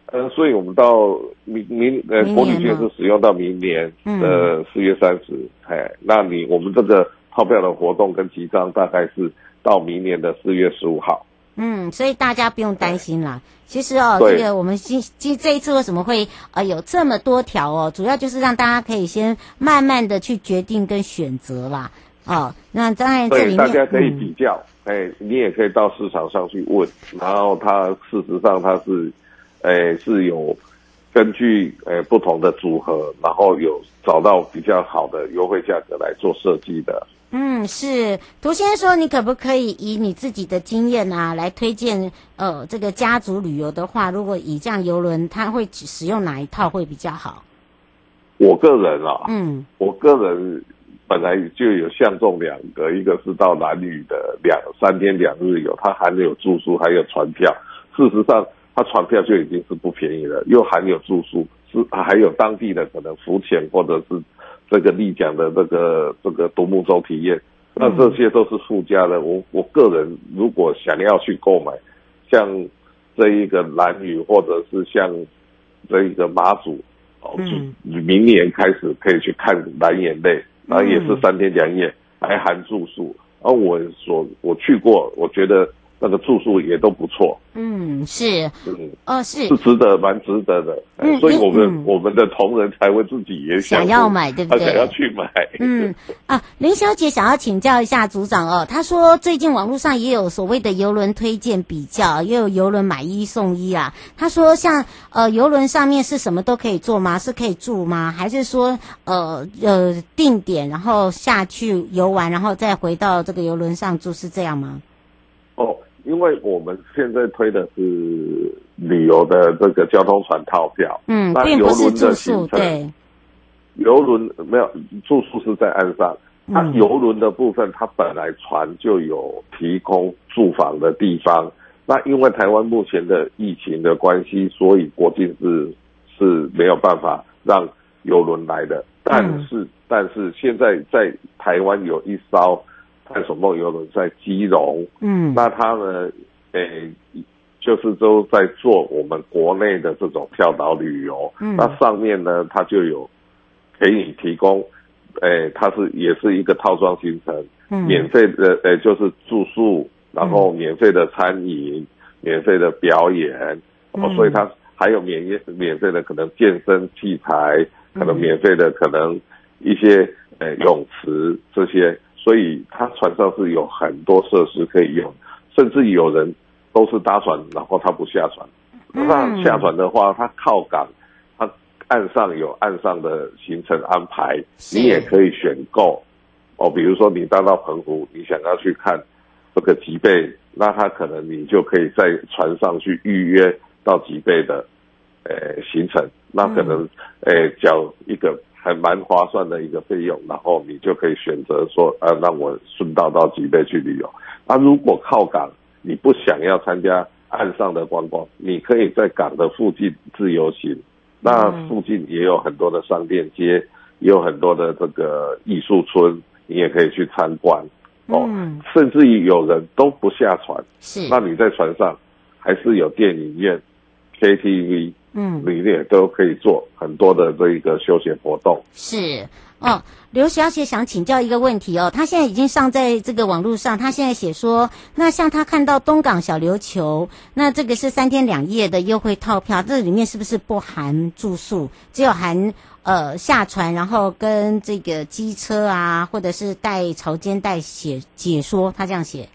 Speaker 11: 呃，所以我们到明明呃
Speaker 3: 明年
Speaker 11: 国旅券是使用到明年的四月三十、嗯，哎，那你我们这个套票的活动跟集章大概是到明年的四月十五号。
Speaker 3: 嗯，所以大家不用担心啦。其实哦，这个我们今今这一次为什么会呃有这么多条哦，主要就是让大家可以先慢慢的去决定跟选择啦。哦，那当然这里面
Speaker 11: 对大家可以比较，哎、嗯，你也可以到市场上去问，然后它事实上它是，哎，是有根据呃不同的组合，然后有找到比较好的优惠价格来做设计的。
Speaker 3: 嗯，是涂先生说，你可不可以以你自己的经验啊，来推荐呃这个家族旅游的话，如果以这样邮轮，它会使用哪一套会比较好？
Speaker 11: 我个人啊，
Speaker 3: 嗯，
Speaker 11: 我个人本来就有相中两个，一个是到兰屿的两三天两日游，它含有住宿还有船票。事实上，它船票就已经是不便宜了，又含有住宿，是还有当地的可能浮潜或者是这个丽江的这个这个独木舟体验，那这些都是附加的。我我个人如果想要去购买，像这一个兰屿或者是像这一个马祖，哦，嗯，明年开始可以去看蓝眼泪，然后也是三天两夜，还含住宿。而我所我去过，我觉得那个住宿也都不错。
Speaker 3: 嗯，是，
Speaker 11: 嗯，
Speaker 3: 哦，是，
Speaker 11: 是值得，蛮值得的。嗯，所以我们、嗯、我们的同仁才会自己也想
Speaker 3: 想要买，对不对？
Speaker 11: 他想要去买。
Speaker 3: 嗯啊，林小姐想要请教一下组长哦，她说最近网络上也有所谓的邮轮推荐比较，也有邮轮买一送一啊。她说像呃邮轮上面是什么都可以做吗？是可以住吗？还是说呃呃定点然后下去游玩，然后再回到这个邮轮上住，是这样吗？
Speaker 11: 哦。因为我们现在推的是旅游的这个交通船套票，
Speaker 3: 嗯，
Speaker 11: 那
Speaker 3: 并不是住宿，
Speaker 11: 行程
Speaker 3: 对，
Speaker 11: 邮轮没有住宿是在岸上，它邮轮的部分，它本来船就有提供住房的地方。那因为台湾目前的疫情的关系，所以国境是是没有办法让邮轮来的。但是、嗯、但是现在在台湾有一艘探索梦邮轮在基隆，嗯，那它呢，诶、欸，就是都在做我们国内的这种跳岛旅游，嗯，那上面呢，它就有给你提供，诶、欸，它是也是一个套装行程，嗯，免费的，诶、欸，就是住宿，然后免费的餐饮，嗯、免费的表演，嗯、哦，所以它还有免免费的可能健身器材，可能免费的可能一些诶、欸、泳池这些。所以它船上是有很多设施可以用，甚至有人都是搭船，然后他不下船。那下船的话，他靠港，他岸上有岸上的行程安排，你也可以选购。哦，比如说你搭到澎湖，你想要去看这个吉贝，那他可能你就可以在船上去预约到吉贝的，呃，行程。那可能，呃，缴一个还蛮划算的一个费用，然后你就可以选择说，啊，让我顺道到吉贝去旅游。那如果靠港，你不想要参加岸上的观光，你可以在港的附近自由行。那附近也有很多的商店街，也有很多的这个艺术村，你也可以去参观。哦，嗯、甚至于有人都不下船，
Speaker 3: 是，
Speaker 11: 那你在船上还是有电影院、K T V。嗯，里面都可以做很多的这一个休闲活动。
Speaker 3: 是哦，刘小姐想请教一个问题哦，她现在已经上在这个网络上，她现在写说，那像她看到东港小琉球，那这个是三天两夜的优惠套票，这里面是不是不含住宿，只有含呃下船，然后跟这个机车啊，或者是带潮间带写解说，她这样写。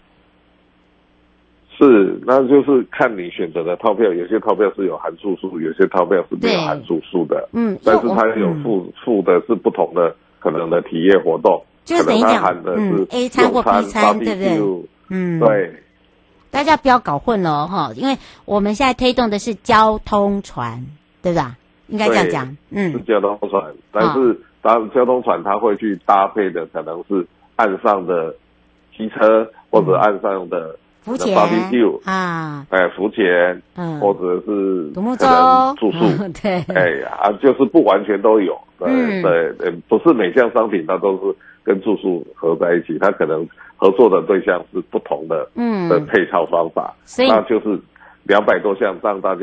Speaker 11: 是，那就是看你选择的套票，有些套票是有含住宿，有些套票是没有含住宿的。嗯，但是它有附附的是不同的可能的体验活动，
Speaker 3: 就是等于讲，
Speaker 11: 含的是
Speaker 3: 嗯 ，A 餐或 B 餐，对不对？嗯，
Speaker 11: 对。
Speaker 3: 大家不要搞混了哈，因为我们现在推动的是交通船，对吧？应该这样讲。嗯，
Speaker 11: 是交通船，但是当交通船它会去搭配的可能是岸上的机车或者岸上的。
Speaker 3: 浮潜啊，
Speaker 11: 哎，浮潜，嗯，或者是
Speaker 3: 独木舟
Speaker 11: 住宿，
Speaker 3: 对，
Speaker 11: 哎呀，就是不完全都有，对对对，不是每项商品它都是跟住宿合在一起，它可能合作的对象是不同的，嗯，的配套方法，所以那就是两百多项让大家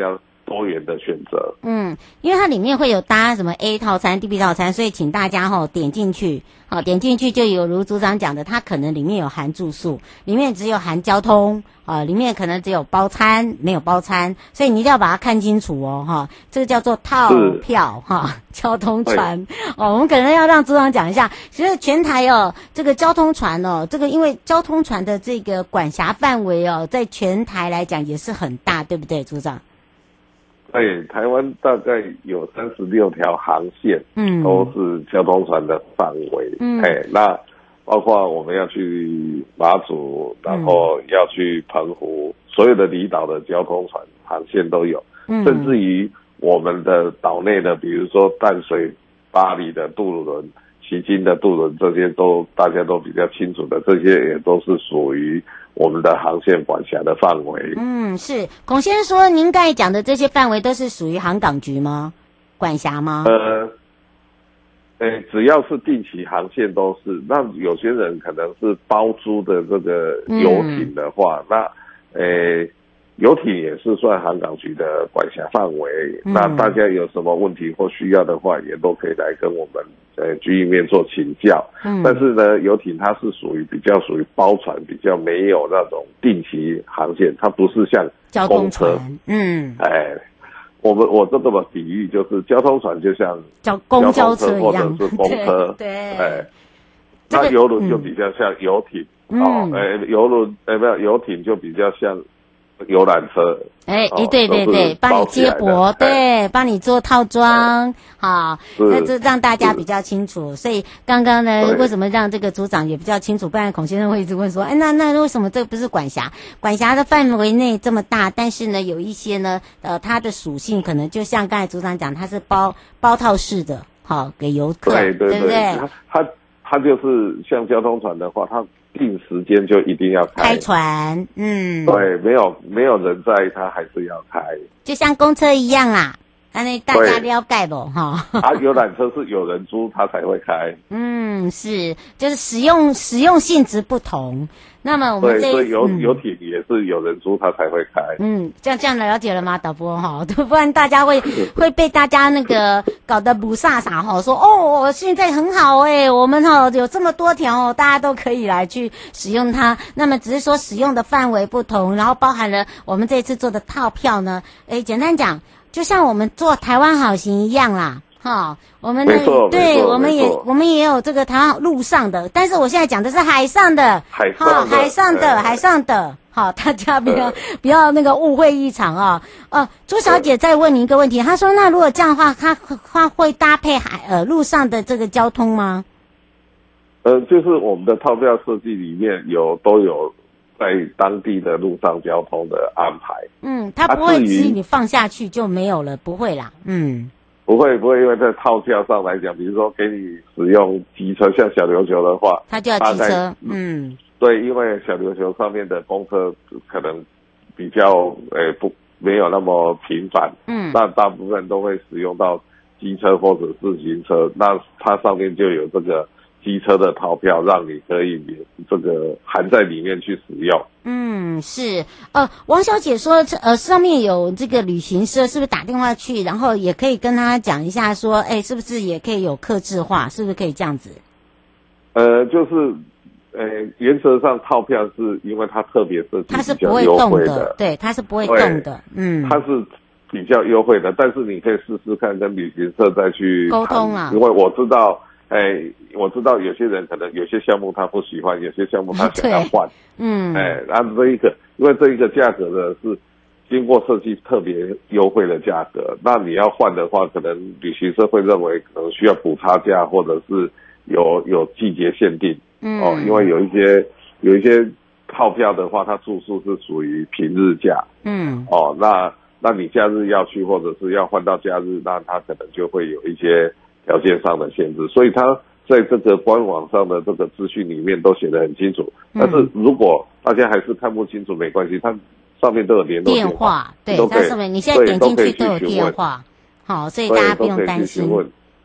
Speaker 11: 多元的选择。
Speaker 3: 嗯，因为它里面会有搭什么 A 套餐、D B 套餐，所以请大家哈、哦、点进去，好、哦、点进去就有如组长讲的，它可能里面有含住宿，里面只有含交通，啊、呃，里面可能只有包餐，没有包餐，所以你一定要把它看清楚哦，哈、哦，这个叫做套票哈、哦，交通船哦，我们可能要让组长讲一下，其实全台哦，这个交通船哦，这个因为交通船的这个管辖范围哦，在全台来讲也是很大，对不对，组长？
Speaker 11: 对，台湾大概有三十六条航线，嗯，都是交通船的范围，嗯，哎，那包括我们要去马祖，然后要去澎湖，所有的离岛的交通船航线都有，嗯，甚至于我们的岛内的，比如说淡水、八里的渡轮、旗津的渡轮，这些都大家都比较清楚的，这些也都是属于我们的航线管辖的范围。
Speaker 3: 嗯，是孔先生说，您刚才讲的这些范围都是属于航港局吗？管辖吗？呃，
Speaker 11: 诶，只要是定期航线都是。那有些人可能是包租的这个游艇的话，嗯、那诶。游艇也是算航港局的管辖范围，嗯、那大家有什么问题或需要的话，也都可以来跟我们呃局里面做请教。嗯，但是呢，游艇它是属于比较属于包船，比较没有那种定期航线，它不是像公车。嗯，哎，我们我这么比喻就是交通船就像
Speaker 3: 叫公交车
Speaker 11: 或者是公车，
Speaker 3: 对，
Speaker 11: 哎，那游轮就比较像游艇，嗯、哦，哎，游轮哎没有游艇就比较像游览车，
Speaker 3: 哎哎，对对对，帮你接驳，对，帮你做套装，好，那这让大家比较清楚。所以刚刚呢，为什么让这个组长也比较清楚？不然孔先生会一直问说，哎，那那为什么这个不是管辖？管辖的范围内这么大，但是呢，有一些呢，呃，它的属性可能就像刚才组长讲，它是包包套式的，好，给游客，
Speaker 11: 对对 对,
Speaker 3: 对不对？
Speaker 11: 它它就是像交通船的话，它定时间就一定要开
Speaker 3: 开船，嗯，
Speaker 11: 对，没有没有人在，它还是要开，
Speaker 3: 就像公车一样啦。那大家了解不哈？
Speaker 11: 啊，游览车是有人租，它才会开。
Speaker 3: 嗯，是，就是使用使用性质不同。那么我们这
Speaker 11: 对，所以游游艇也是有人租，它才会开。
Speaker 3: 嗯，这样这样了解了吗，导播哈？不然大家会会被大家那个搞得不飒飒哈，说哦，现在很好哎、欸，我们哈有这么多条哦，大家都可以来去使用它。那么只是说使用的范围不同，然后包含了我们这次做的套票呢，哎，简单讲。就像我们做台湾好行一样啦，哈，我们呢，对，我们也我们也有这个台湾路上的，但是我现在讲的是海上的，
Speaker 11: 海上的，
Speaker 3: 海上的，海上的，好，大家不要不要那个误会一场啊。呃，朱小姐再问您一个问题，她说，那如果这样的话，她她会搭配海呃路上的这个交通吗？
Speaker 11: 呃，就是我们的套票设计里面有都有。在当地的路上交通的安排，
Speaker 3: 嗯，它不会只你放下去就没有了，不会啦，嗯，
Speaker 11: 不会不会，因为在套票上来讲，比如说给你使用机车，像小琉球的话，
Speaker 3: 它就要机车，嗯，
Speaker 11: 对，因为小琉球上面的公车可能比较诶、欸、不没有那么频繁，嗯，那大部分都会使用到机车或者自行车，那它上面就有这个。机车的套票让你可以这个含在里面去使用。
Speaker 3: 嗯，是。呃，王小姐说，呃，上面有这个旅行社，是不是打电话去，然后也可以跟他讲一下，说，哎，是不是也可以有客制化，是不是可以这样子？
Speaker 11: 呃，就是，呃，原则上套票是因为它特别设计，
Speaker 3: 它是不会动的，对，它是不会动的，嗯，
Speaker 11: 它是比较优惠的，但是你可以试试看跟旅行社再去
Speaker 3: 沟通啊，
Speaker 11: 因为我知道。哎，我知道有些人可能有些项目他不喜欢，有些项目他想要换，
Speaker 3: 嗯，
Speaker 11: 哎，然后这一个，因为这一个价格呢是经过设计特别优惠的价格，那你要换的话，可能旅行社会认为可能需要补差价，或者是有有季节限定，嗯，哦，因为有一些有一些套票的话，它住宿是属于平日价，嗯，哦，那那你假日要去或者是要换到假日，那它可能就会有一些。条件上的限制，所以他在这个官网上的这个资讯里面都写得很清楚。但是如果大家还是看不清楚，没关系，它上面都有联络
Speaker 3: 电话，对，它上面你现在点进去都有电话，好，所以大家不用担心。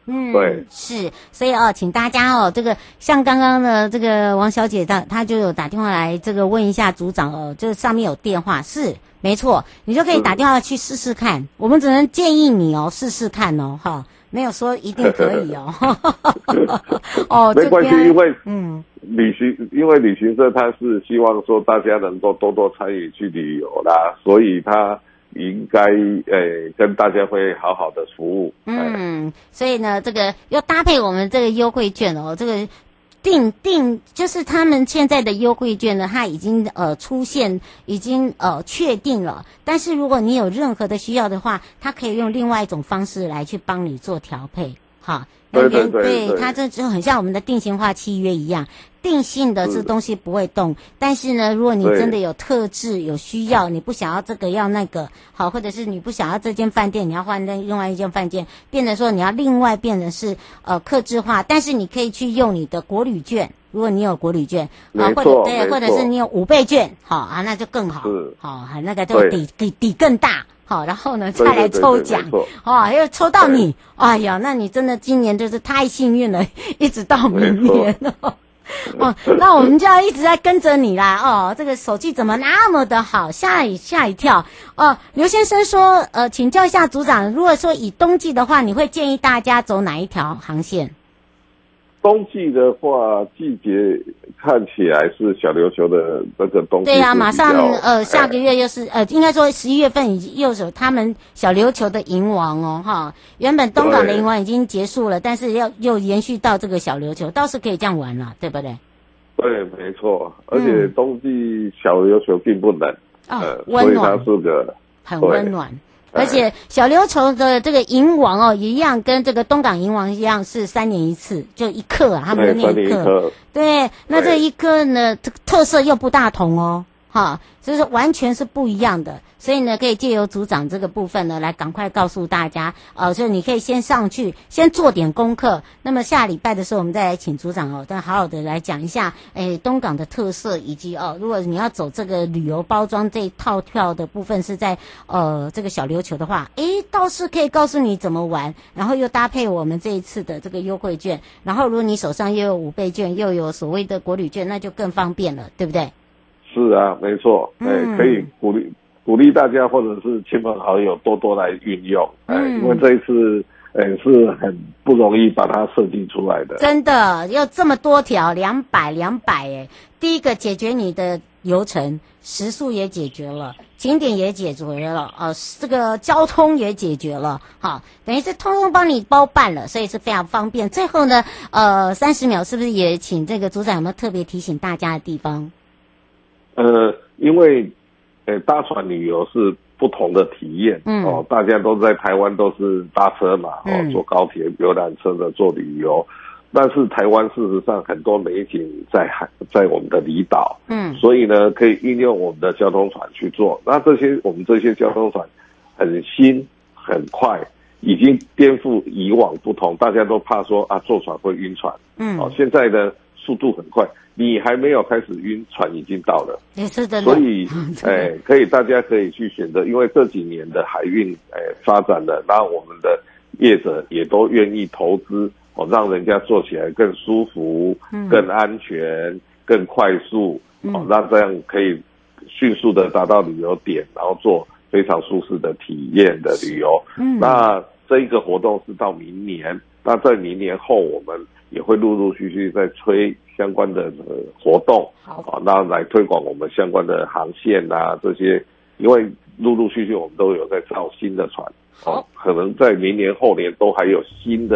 Speaker 3: 嗯，
Speaker 11: 对，
Speaker 3: 是，所以哦，请大家哦，这个像刚刚的这个王小姐，她她就有打电话来，这个问一下组长哦，这上面有电话，是没错，你就可以打电话去试试看。我们只能建议你哦，试试看哦，哈，没有说一定可以哦。哦，
Speaker 11: 没关系，因为
Speaker 3: 嗯，
Speaker 11: 旅行，因为旅行社他是希望说大家能够多多参与去旅游啦，所以他应该诶、欸、跟大家会好好的服务。
Speaker 3: 嗯，所以呢，这个要搭配我们这个优惠券哦，这个定定就是他们现在的优惠券呢，它已经呃出现，已经呃确定了。但是如果你有任何的需要的话，它可以用另外一种方式来去帮你做调配，哈。
Speaker 11: 对对对
Speaker 3: 对，
Speaker 11: 对，
Speaker 3: 它这就很像我们的定型化契约一样，定性的这东西不会动。但是呢，如果你真的有特质、有需要，你不想要这个要那个，好，或者是你不想要这间饭店，你要换另外一间饭店，变成说你要另外变成是呃客制化，但是你可以去用你的国旅券。如果你有国旅券，啊，或者对，或者是你有五倍券，好啊，那就更好，好，那个就抵抵抵更大。好，然后呢，再来抽奖，哦，又抽到你，哎呀，那你真的今年就是太幸运了，一直到明年哦。哦，那我们就要一直在跟着你啦，哦，这个手气怎么那么的好，吓一吓一跳哦。刘先生说，呃，请教一下组长，如果说以冬季的话，你会建议大家走哪一条航线？
Speaker 11: 冬季的话，季节看起来是小琉球的那个冬季。
Speaker 3: 对啊，马上呃下个月又是呃，应该说十一月份已经又有他们小琉球的银王哦哈。原本东港的银王已经结束了，但是要又延续到这个小琉球，倒是可以这样玩了，对不对？
Speaker 11: 对，没错。而且冬季小琉球并不冷，
Speaker 3: 嗯、
Speaker 11: 呃，
Speaker 3: 温、哦、
Speaker 11: 所以它是个
Speaker 3: 很温暖。而且小琉球的这个银王哦，一样跟这个东港银王一样，是三年一次，就一颗啊，他们的那一颗。对，那这一颗呢，这个特色又不大同哦，哈，就是完全是不一样的。所以呢，可以借由组长这个部分呢，来赶快告诉大家，呃，所以你可以先上去，先做点功课。那么下礼拜的时候，我们再来请组长哦，再好好的来讲一下，诶，东港的特色，以及哦，如果你要走这个旅游包装这一套票的部分是在呃这个小琉球的话，诶，倒是可以告诉你怎么玩，然后又搭配我们这一次的这个优惠券，然后如果你手上又有五倍券，又有所谓的国旅券，那就更方便了，对不对？
Speaker 11: 是啊，没错，哎、嗯，可以鼓励。鼓励大家或者是亲朋好友多多来运用，哎、嗯，因为这一次，呃，是很不容易把它设计出来的。
Speaker 3: 真的，要这么多条，两百两百，哎，第一个解决你的流程，时速也解决了，景点也解决了，呃，这个交通也解决了，好，等于是通通帮你包办了，所以是非常方便。最后呢，呃，三十秒是不是也请这个组长有没有特别提醒大家的地方？
Speaker 11: 呃，因为。呃，搭船旅游是不同的体验，嗯，哦，大家都在台湾都是搭车嘛，哦，嗯、坐高铁、游览车的做旅游，但是台湾事实上很多美景在海，在我们的离岛，嗯，所以呢，可以运用我们的交通船去做。那这些我们这些交通船很新、很快，已经颠覆以往不同。大家都怕说啊，坐船会晕船，嗯，哦，现在呢，速度很快。你还没有开始晕，船已经到了，
Speaker 3: 也是的。
Speaker 11: 所以，哎、呃，可以，大家可以去选择，因为这几年的海运，哎、呃，发展了，那我们的业者也都愿意投资，哦，让人家做起来更舒服、嗯、更安全、更快速，哦，那这样可以迅速的达到旅游点，然后做非常舒适的体验的旅游。嗯，那这一个活动是到明年，那在明年后，我们也会陆陆续续在推。相关的呃活动，好，啊，那来推广我们相关的航线啊这些，因为陆陆续续我们都有在造新的船，好，可能在明年后年都还有新的。